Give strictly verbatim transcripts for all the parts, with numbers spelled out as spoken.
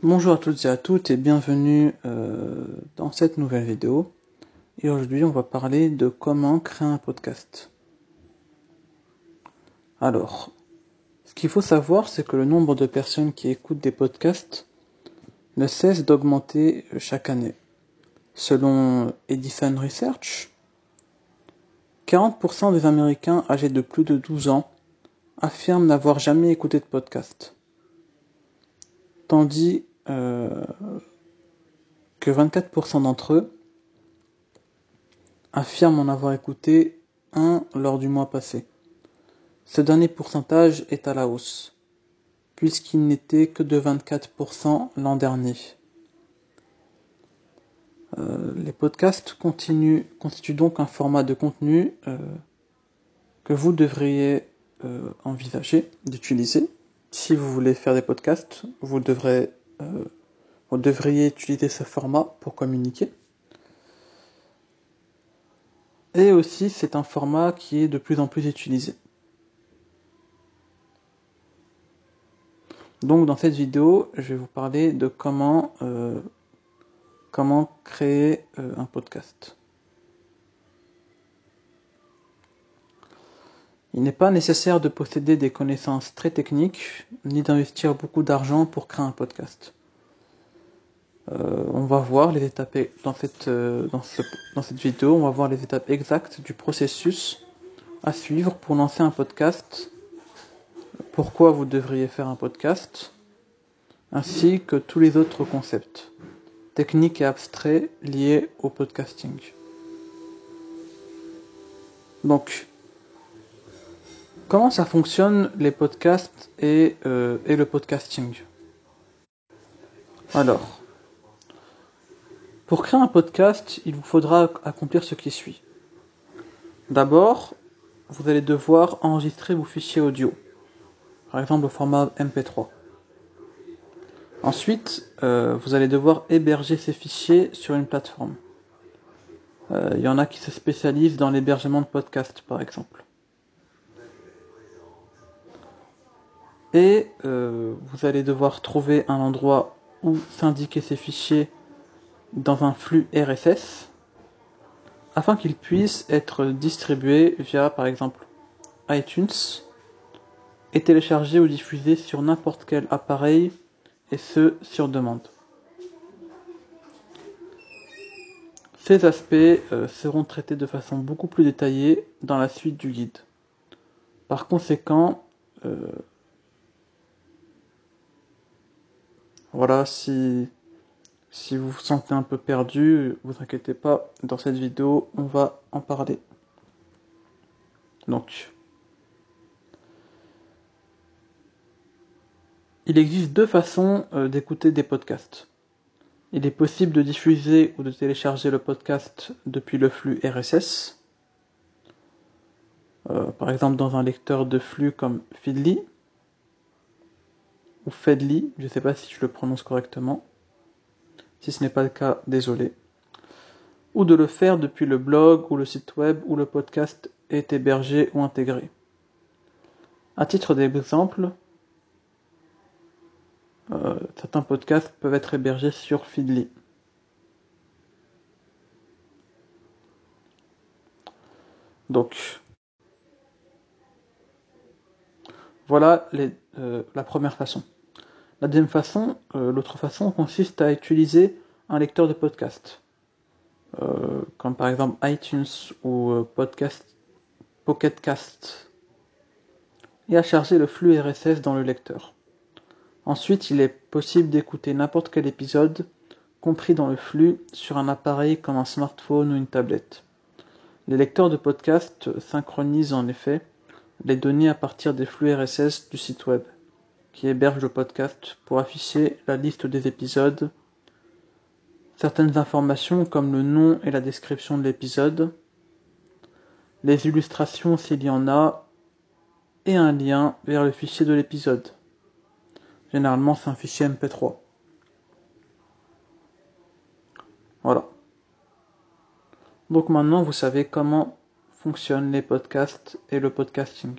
Bonjour à toutes et à toutes et bienvenue euh, dans cette nouvelle vidéo. Et aujourd'hui on va parler de comment créer un podcast. Alors, ce qu'il faut savoir c'est que le nombre de personnes qui écoutent des podcasts ne cesse d'augmenter chaque année. Selon Edison Research, quarante pour cent des Américains âgés de plus de douze ans affirment n'avoir jamais écouté de podcast. Tandis euh, que vingt-quatre pour cent d'entre eux affirment en avoir écouté un lors du mois passé. Ce dernier pourcentage est à la hausse, puisqu'il n'était que de vingt-quatre pour cent l'an dernier. Euh, les podcasts continuent, constituent donc un format de contenu euh, que vous devriez euh, envisager d'utiliser. Si vous voulez faire des podcasts, vous, devrez, euh, vous devriez utiliser ce format pour communiquer. Et aussi, c'est un format qui est de plus en plus utilisé. Donc dans cette vidéo, je vais vous parler de comment, euh, comment créer euh, un podcast. Il n'est pas nécessaire de posséder des connaissances très techniques, ni d'investir beaucoup d'argent pour créer un podcast. Euh, on va voir les étapes dans cette, euh, dans, ce, dans cette vidéo, on va voir les étapes exactes du processus à suivre pour lancer un podcast, pourquoi vous devriez faire un podcast, ainsi que tous les autres concepts, techniques et abstraits liés au podcasting. Donc, comment ça fonctionne les podcasts et, euh, et le podcasting? Alors, pour créer un podcast, il vous faudra accomplir ce qui suit. D'abord, vous allez devoir enregistrer vos fichiers audio, par exemple au format M P trois. Ensuite, euh, vous allez devoir héberger ces fichiers sur une plateforme. Il euh, y en a qui se spécialisent dans l'hébergement de podcasts, par exemple. Et euh, vous allez devoir trouver un endroit où syndiquer ces fichiers dans un flux R S S, afin qu'ils puissent être distribués via, par exemple, iTunes, et téléchargés ou diffusés sur n'importe quel appareil, et ce, sur demande. Ces aspects euh, seront traités de façon beaucoup plus détaillée dans la suite du guide. Par conséquent, euh, voilà, si, si vous vous sentez un peu perdu, vous inquiétez pas, dans cette vidéo, on va en parler. Donc, il existe deux façons euh, d'écouter des podcasts. Il est possible de diffuser ou de télécharger le podcast depuis le flux R S S, euh, par exemple dans un lecteur de flux comme Feedly, ou Feedly, je ne sais pas si je le prononce correctement. Si ce n'est pas le cas, désolé. Ou de le faire depuis le blog ou le site web où le podcast est hébergé ou intégré. À titre d'exemple, euh, certains podcasts peuvent être hébergés sur Feedly. Donc, voilà les, euh, la première façon. La deuxième façon, euh, l'autre façon, consiste à utiliser un lecteur de podcast, euh, comme par exemple iTunes ou euh, podcast, Pocket Cast, et à charger le flux R S S dans le lecteur. Ensuite, il est possible d'écouter n'importe quel épisode, compris dans le flux, sur un appareil comme un smartphone ou une tablette. Les lecteurs de podcast synchronisent en effet les données à partir des flux R S S du site web, qui héberge le podcast pour afficher la liste des épisodes, certaines informations comme le nom et la description de l'épisode, les illustrations s'il y en a, et un lien vers le fichier de l'épisode. Généralement, c'est un fichier M P trois. Voilà. Donc maintenant, vous savez comment fonctionnent les podcasts et le podcasting.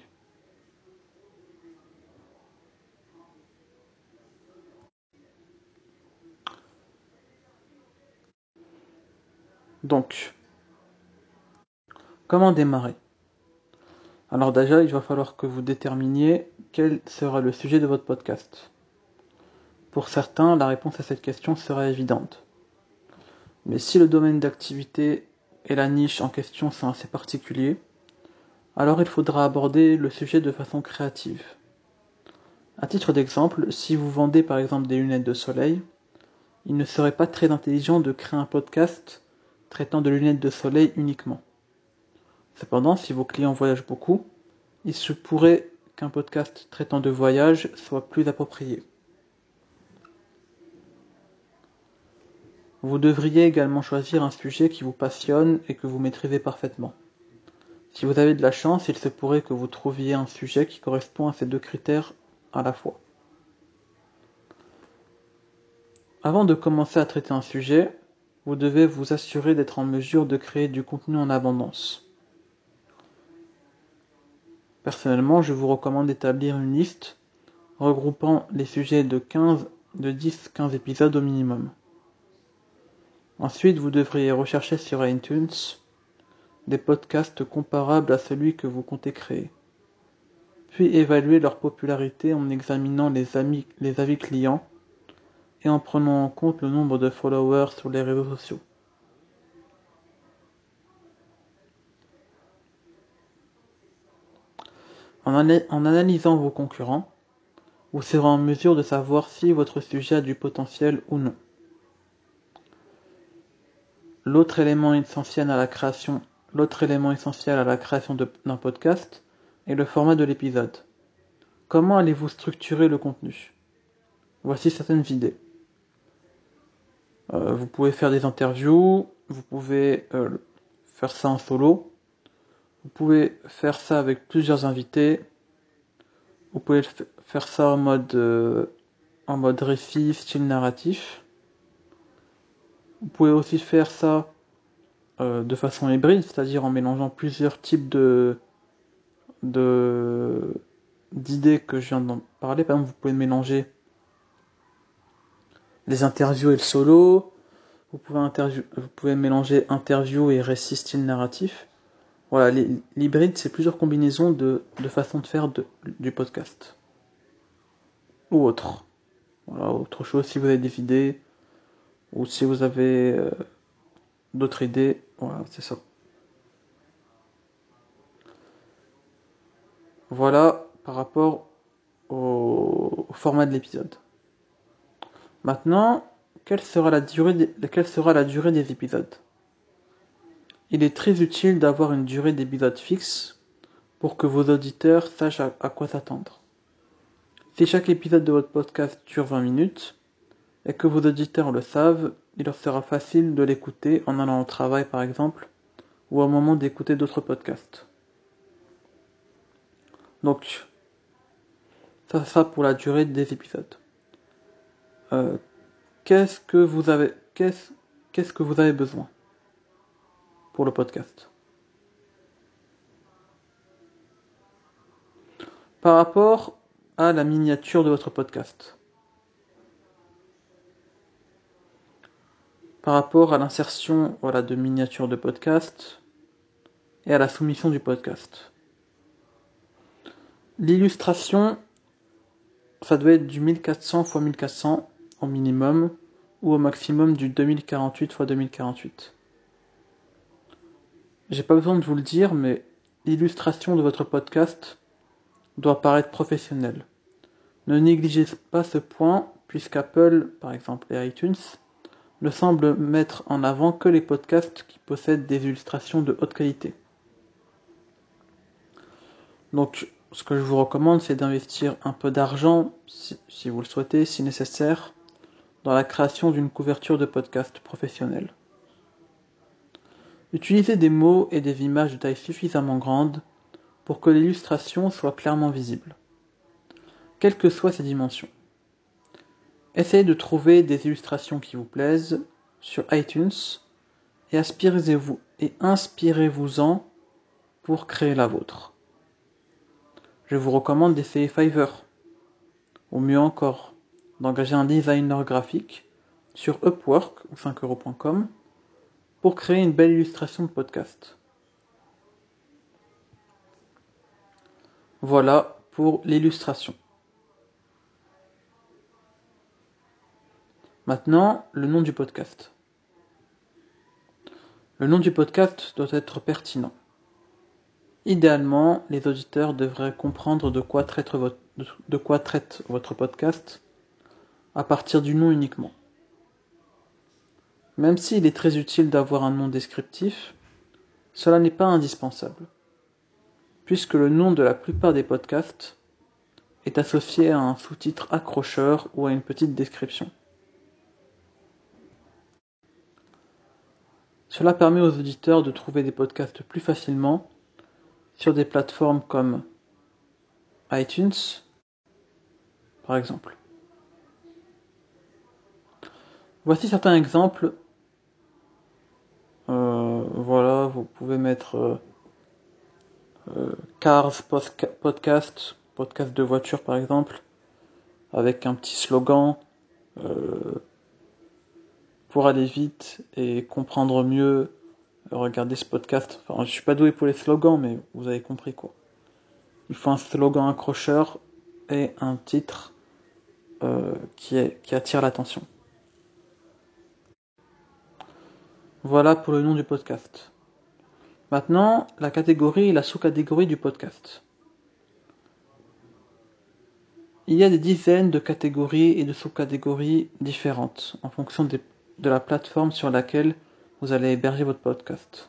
Donc, comment démarrer? Alors déjà, il va falloir que vous déterminiez quel sera le sujet de votre podcast. Pour certains, la réponse à cette question sera évidente. Mais si le domaine d'activité et la niche en question sont assez particuliers, alors il faudra aborder le sujet de façon créative. À titre d'exemple, si vous vendez par exemple des lunettes de soleil, il ne serait pas très intelligent de créer un podcast traitant de lunettes de soleil uniquement. Cependant, si vos clients voyagent beaucoup, il se pourrait qu'un podcast traitant de voyage soit plus approprié. Vous devriez également choisir un sujet qui vous passionne et que vous maîtrisez parfaitement. Si vous avez de la chance, il se pourrait que vous trouviez un sujet qui correspond à ces deux critères à la fois. Avant de commencer à traiter un sujet, vous devez vous assurer d'être en mesure de créer du contenu en abondance. Personnellement, je vous recommande d'établir une liste regroupant les sujets de quinze, de dix à quinze épisodes au minimum. Ensuite, vous devriez rechercher sur iTunes des podcasts comparables à celui que vous comptez créer. Puis évaluer leur popularité en examinant les, amis, les avis clients et en prenant en compte le nombre de followers sur les réseaux sociaux. En, ana- en analysant vos concurrents, vous serez en mesure de savoir si votre sujet a du potentiel ou non. L'autre élément essentiel à la création, l'autre élément essentiel à la création de- d'un podcast est le format de l'épisode. Comment allez-vous structurer le contenu? Voici certaines idées. Euh, vous pouvez faire des interviews, vous pouvez euh, faire ça en solo, vous pouvez faire ça avec plusieurs invités, vous pouvez f- faire ça en mode, euh, en mode récit, style narratif. Vous pouvez aussi faire ça euh, de façon hybride, c'est-à-dire en mélangeant plusieurs types de, de d'idées que je viens d'en parler. Par exemple, vous pouvez mélanger les interviews et le solo, vous pouvez, interview- vous pouvez mélanger interview et récit style narratif. Voilà, l'hybride, c'est plusieurs combinaisons de, de façons de faire de, du podcast. Ou autre. Voilà, autre chose, si vous avez des idées, ou si vous avez euh, d'autres idées, voilà, c'est ça. Voilà par rapport au, au format de l'épisode. Maintenant, quelle sera la durée des, quelle sera la durée des épisodes? Il est très utile d'avoir une durée d'épisode fixe pour que vos auditeurs sachent à, à quoi s'attendre. Si chaque épisode de votre podcast dure vingt minutes, et que vos auditeurs le savent, il leur sera facile de l'écouter en allant au travail par exemple, ou au moment d'écouter d'autres podcasts. Donc, ça sera pour la durée des épisodes. Euh, qu'est-ce que vous avez, qu'est-ce, qu'est-ce que vous avez besoin pour le podcast? Par rapport à la miniature de votre podcast, par rapport à l'insertion voilà, de miniatures de podcast et à la soumission du podcast. L'illustration, ça doit être du mille quatre cents par mille quatre cents au minimum, ou au maximum du deux mille quarante-huit par deux mille quarante-huit. J'ai pas besoin de vous le dire, mais l'illustration de votre podcast doit paraître professionnelle. Ne négligez pas ce point, puisqu'Apple, par exemple, et iTunes, ne semblent mettre en avant que les podcasts qui possèdent des illustrations de haute qualité. Donc, ce que je vous recommande, c'est d'investir un peu d'argent, si, si vous le souhaitez, si nécessaire, dans la création d'une couverture de podcast professionnelle. Utilisez des mots et des images de taille suffisamment grande pour que l'illustration soit clairement visible, quelles que soient ses dimensions. Essayez de trouver des illustrations qui vous plaisent sur iTunes et inspirez-vous et inspirez-vous-en pour créer la vôtre. Je vous recommande d'essayer Fiverr, ou mieux encore, d'engager un designer graphique sur Upwork ou cinq euros point com pour créer une belle illustration de podcast. Voilà pour l'illustration. Maintenant, le nom du podcast. Le nom du podcast doit être pertinent. Idéalement, les auditeurs devraient comprendre de quoi traite votre, de quoi traite votre podcast à partir du nom uniquement. Même s'il est très utile d'avoir un nom descriptif, cela n'est pas indispensable, puisque le nom de la plupart des podcasts est associé à un sous-titre accrocheur ou à une petite description. Cela permet aux auditeurs de trouver des podcasts plus facilement sur des plateformes comme iTunes, par exemple. Voici certains exemples. Euh, voilà, vous pouvez mettre euh, euh, Cars Podcast, podcast de voiture par exemple, avec un petit slogan euh, pour aller vite et comprendre mieux, regardez ce podcast. Enfin, je suis pas doué pour les slogans, mais vous avez compris quoi. Il faut un slogan accrocheur et un titre euh, qui, est, qui attire l'attention. Voilà pour le nom du podcast. Maintenant, la catégorie et la sous-catégorie du podcast. Il y a des dizaines de catégories et de sous-catégories différentes en fonction des, de la plateforme sur laquelle vous allez héberger votre podcast.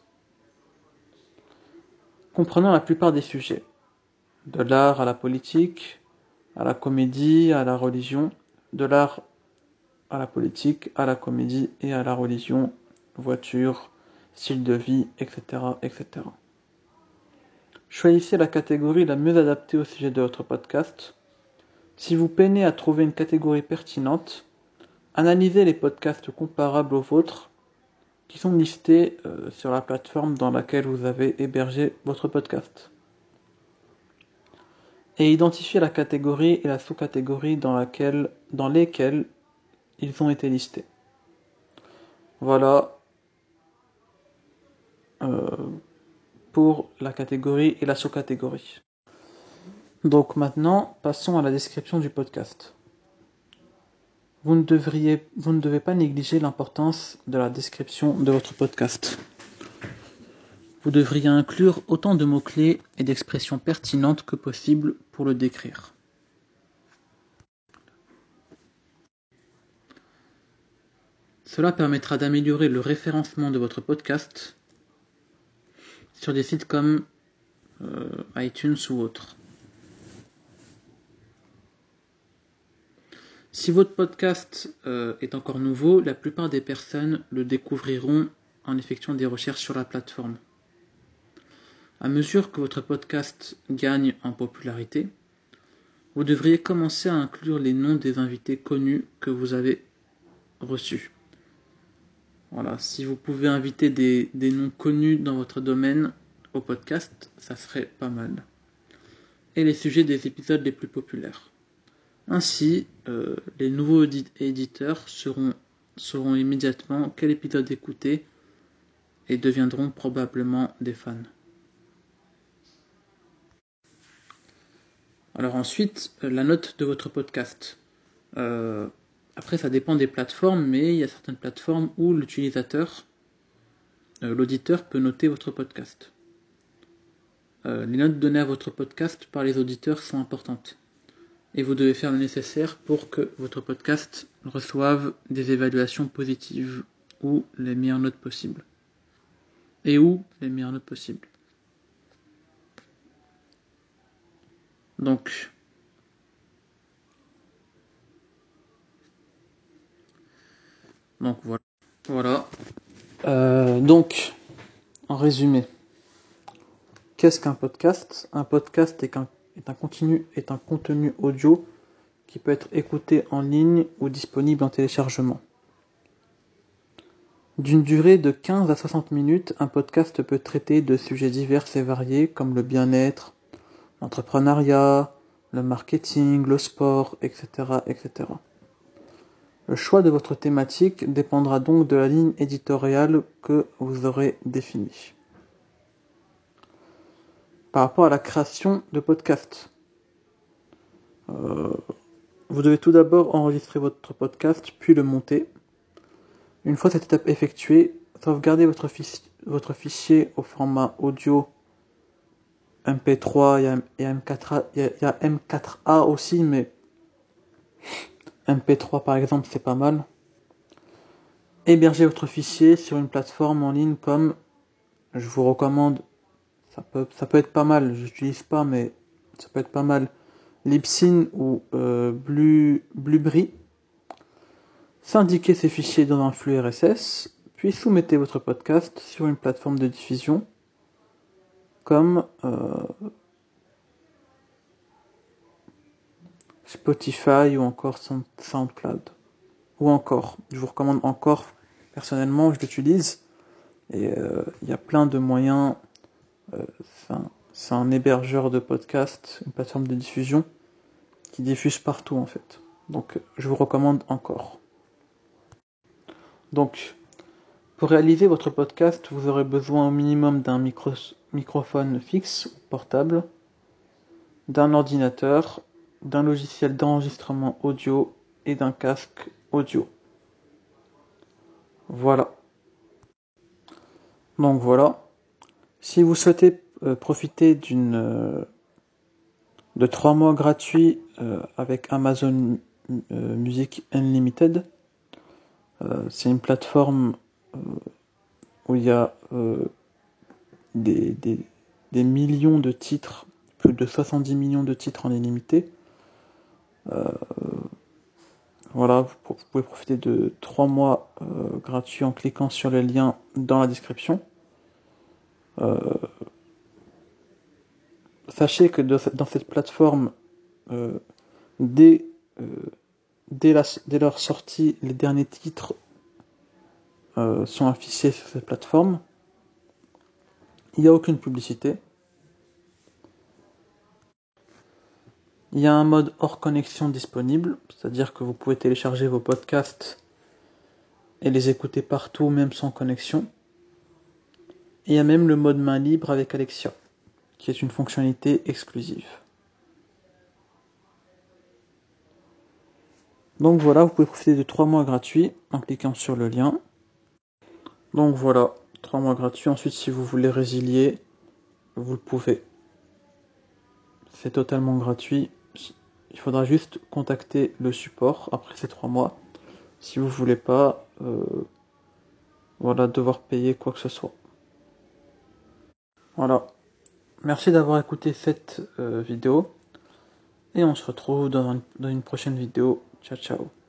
Comprenant la plupart des sujets, de l'art à la politique, à la comédie, à la religion, de l'art à la politique, à la comédie et à la religion, voiture, style de vie, et cetera, et cetera. Choisissez la catégorie la mieux adaptée au sujet de votre podcast. Si vous peinez à trouver une catégorie pertinente, analysez les podcasts comparables aux vôtres qui sont listés euh, sur la plateforme dans laquelle vous avez hébergé votre podcast. Et identifiez la catégorie et la sous-catégorie dans, laquelle, dans lesquelles ils ont été listés. Voilà euh, pour la catégorie et la sous-catégorie. Donc maintenant, passons à la description du podcast. Vous ne, devriez, vous ne devez pas négliger l'importance de la description de votre podcast. Vous devriez inclure autant de mots-clés et d'expressions pertinentes que possible pour le décrire. Cela permettra d'améliorer le référencement de votre podcast sur des sites comme euh, iTunes ou autres. Si votre podcast euh, est encore nouveau, la plupart des personnes le découvriront en effectuant des recherches sur la plateforme. À mesure que votre podcast gagne en popularité, vous devriez commencer à inclure les noms des invités connus que vous avez reçus. Voilà, si vous pouvez inviter des, des noms connus dans votre domaine au podcast, ça serait pas mal. Et les sujets des épisodes les plus populaires. Ainsi, euh, les nouveaux éditeurs sauront, sauront immédiatement quel épisode écouter et deviendront probablement des fans. Alors ensuite, la note de votre podcast. Euh, après, ça dépend des plateformes, mais il y a certaines plateformes où l'utilisateur, euh, l'auditeur peut noter votre podcast. Euh, les notes données à votre podcast par les auditeurs sont importantes. Et vous devez faire le nécessaire pour que votre podcast reçoive des évaluations positives ou les meilleures notes possibles. Et ou les meilleures notes possibles. Donc, donc voilà. Voilà. Euh, donc, en résumé, qu'est-ce qu'un podcast ? Un podcast est un, est un continu, est un contenu audio qui peut être écouté en ligne ou disponible en téléchargement. D'une durée de quinze à soixante minutes, un podcast peut traiter de sujets divers et variés comme le bien-être, l'entrepreneuriat, le marketing, le sport, et cetera, et cetera. Le choix de votre thématique dépendra donc de la ligne éditoriale que vous aurez définie. Par rapport à la création de podcasts, euh, vous devez tout d'abord enregistrer votre podcast, puis le monter. Une fois cette étape effectuée, sauvegardez votre, fichi- votre fichier au format audio M P trois, il y a, il y a M quatre A, il y a, il y a M quatre A aussi, mais M P trois par exemple, c'est pas mal. Hébergez votre fichier sur une plateforme en ligne comme, je vous recommande, ça peut, ça peut être pas mal, j'utilise pas, mais ça peut être pas mal, Libsyn ou euh, Blue, Blueberry. Syndiquez ces fichiers dans un flux R S S, puis soumettez votre podcast sur une plateforme de diffusion comme euh, Spotify ou encore SoundCloud. Ou encore, je vous recommande encore, personnellement, je l'utilise, et euh, il y a plein de moyens, euh, c'est, un, c'est un hébergeur de podcast, une plateforme de diffusion, qui diffuse partout en fait. Donc je vous recommande encore. Donc, pour réaliser votre podcast, vous aurez besoin au minimum d'un micro, microphone fixe ou portable, d'un ordinateur, d'un logiciel d'enregistrement audio et d'un casque audio. Voilà. Donc voilà. Si vous souhaitez euh, profiter d'une euh, de trois mois gratuits euh, avec Amazon euh, Music Unlimited, euh, c'est une plateforme euh, où il y a euh, des, des, des millions de titres, plus de soixante-dix millions de titres en illimité. Euh, voilà, vous, vous pouvez profiter de trois mois euh, gratuits en cliquant sur les liens dans la description. Euh, sachez que de, dans cette plateforme, euh, dès, euh, dès, la, dès leur sortie, les derniers titres euh, sont affichés sur cette plateforme. Il n'y a aucune publicité. Il y a un mode hors connexion disponible, c'est-à-dire que vous pouvez télécharger vos podcasts et les écouter partout, même sans connexion. Et il y a même le mode main libre avec Alexia, qui est une fonctionnalité exclusive. Donc voilà, vous pouvez profiter de trois mois gratuits en cliquant sur le lien. Donc voilà, trois mois gratuits. Ensuite, si vous voulez résilier, vous le pouvez. C'est totalement gratuit. Il faudra juste contacter le support après ces trois mois. Si vous voulez pas, euh, voilà, devoir payer quoi que ce soit. Voilà. Merci d'avoir écouté cette euh, vidéo. Et on se retrouve dans une, dans une prochaine vidéo. Ciao, ciao.